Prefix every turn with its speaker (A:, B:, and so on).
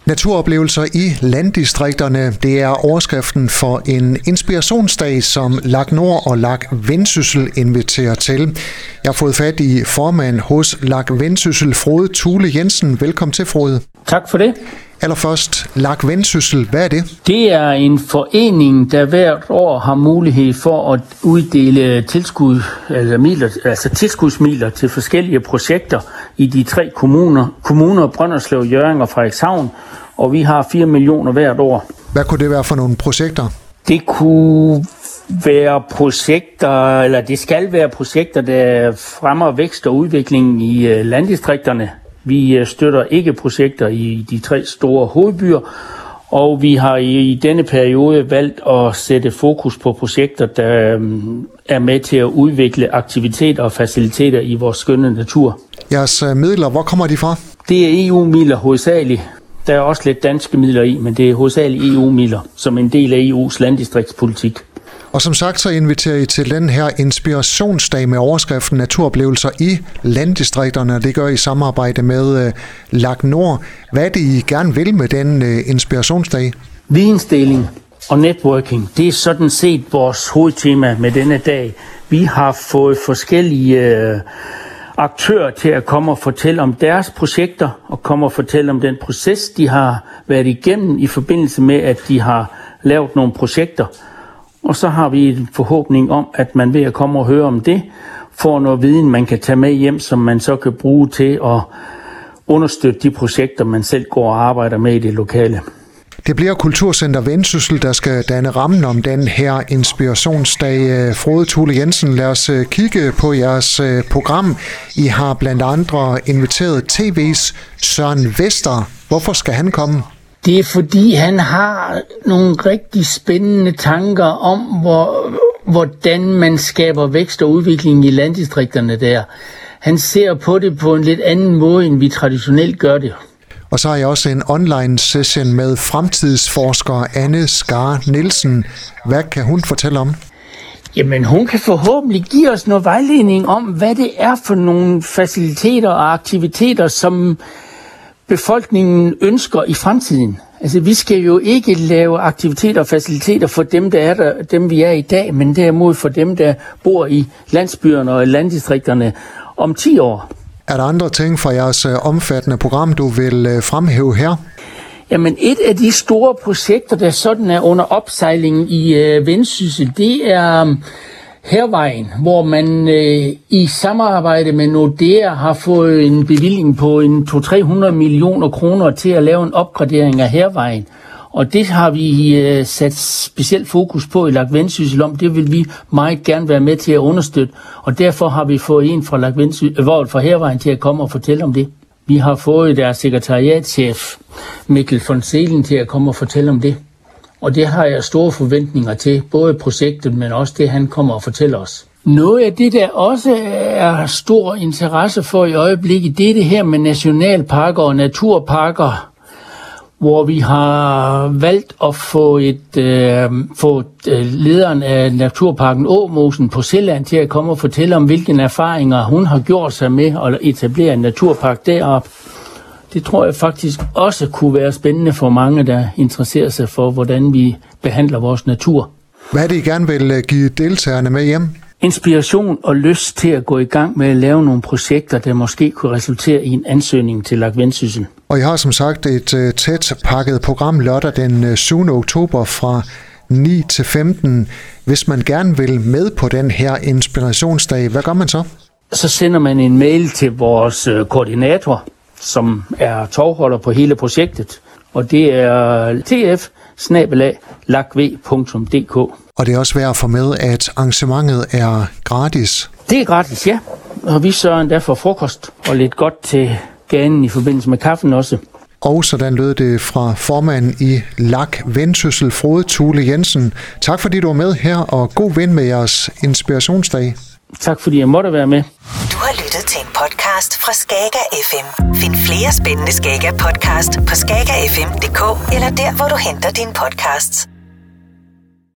A: Naturoplevelser i landdistrikterne, det er overskriften for en inspirationsdag, som LAG Nord og LAG Vendsyssel inviterer til. Jeg har fået fat i formand hos LAG Vendsyssel, Frode Thule Jensen. Velkommen til, Frode.
B: Tak for det.
A: Allerførst, LAG Vendsyssel, hvad er det?
B: Det er en forening, der hvert år har mulighed for at uddele tilskudsmidler til forskellige projekter i de 3 kommuner Brønderslev, Hjørring og Frederikshavn, og vi har 4 millioner hvert år.
A: Hvad kunne det være for nogle projekter?
B: Det kunne være projekter, eller det skal være projekter, der fremmer vækst og udvikling i landdistrikterne. Vi støtter ikke projekter i de 3 store hovedbyer, og vi har i denne periode valgt at sætte fokus på projekter, der er med til at udvikle aktiviteter og faciliteter i vores skønne natur.
A: Jeres midler, hvor kommer de fra?
B: Det er EU-midler hovedsageligt. Der er også lidt danske midler i, men det er hovedsageligt EU-midler, som en del af EU's landdistriktspolitik.
A: Og som sagt, så inviterer I til den her inspirationsdag med overskriften Naturoplevelser i landdistrikterne. Det gør I i samarbejde med LAG Nord. Hvad er det, I gerne vil med den inspirationsdag?
B: Vidensdeling og networking, det er sådan set vores hovedtema med denne dag. Vi har fået forskellige aktører til at komme og fortælle om deres projekter, og komme og fortælle om den proces, de har været igennem i forbindelse med, at de har lavet nogle projekter. Og så har vi en forhåbning om, at man ved at komme og høre om det, får noget viden, man kan tage med hjem, som man så kan bruge til at understøtte de projekter, man selv går og arbejder med i det lokale.
A: Det bliver Kulturcenter Vendsyssel, der skal danne rammen om den her inspirationsdag. Frode Thule Jensen, lad os kigge på jeres program. I har blandt andre inviteret TV's Søren Vester. Hvorfor skal han komme?
B: Det er fordi, han har nogle rigtig spændende tanker om, hvordan man skaber vækst og udvikling i landdistrikterne der. Han ser på det på en lidt anden måde, end vi traditionelt gør det.
A: Og så har jeg også en online session med fremtidsforsker Anne Skar Nielsen. Hvad kan hun fortælle om?
B: Jamen, hun kan forhåbentlig give os noget vejledning om, hvad det er for nogle faciliteter og aktiviteter, som befolkningen ønsker i fremtiden. Altså, vi skal jo ikke lave aktiviteter og faciliteter for dem, der er der, dem vi er i dag, men derimod for dem, der bor i landsbyerne og landdistrikterne om 10 år.
A: Er der andre ting fra jeres omfattende program, du vil fremhæve her?
B: Jamen, et af de store projekter, der sådan er under opsejling i Vendsyssel, det er Hærvejen, hvor man i samarbejde med Nordea har fået en bevilling på 200-300 millioner kroner til at lave en opgradering af Hærvejen. Og det har vi sat specielt fokus på i LAG Vendsyssel om. Det vil vi meget gerne være med til at understøtte. Og derfor har vi fået en fra Hærvejen til at komme og fortælle om det. Vi har fået deres sekretariatschef Mikkel von Seelen til at komme og fortælle om det. Og det har jeg store forventninger til, både projektet, men også det, han kommer og fortæller os. Noget af det, der også er stor interesse for i øjeblikket, det er det her med nationalparker og naturparker, hvor vi har valgt at få lederen af Naturparken Åmosen på Sjælland til at komme og fortælle om, hvilke erfaringer hun har gjort sig med at etablere en naturpark deroppe. Det tror jeg faktisk også kunne være spændende for mange, der interesserer sig for, hvordan vi behandler vores natur.
A: Hvad er det, I gerne vil give deltagerne med hjem?
B: Inspiration og lyst til at gå i gang med at lave nogle projekter, der måske kunne resultere i en ansøgning til LAG Vendsyssel.
A: Og I har som sagt et tæt pakket program lørdag den 7. oktober fra 9 til 15. Hvis man gerne vil med på den her inspirationsdag, hvad gør man så?
B: Så sender man en mail til vores koordinator, som er tovholder på hele projektet, og det er tf@lagv.dk.
A: Og det er også værd at få med, at arrangementet er gratis.
B: Det er gratis, ja. Og vi sørger endda for frokost og lidt godt til ganen i forbindelse med kaffen også.
A: Og sådan lød det fra formanden i LAG Vendsyssel, Frode Thule Jensen. Tak fordi du var med her, og god vind med jeres inspirationsdag.
B: Tak fordi jeg måtte være med.
C: Du har lyttet til en podcast fra Skager FM. Find flere spændende Skager podcast på skagerfm.dk eller der, hvor du henter dine podcasts.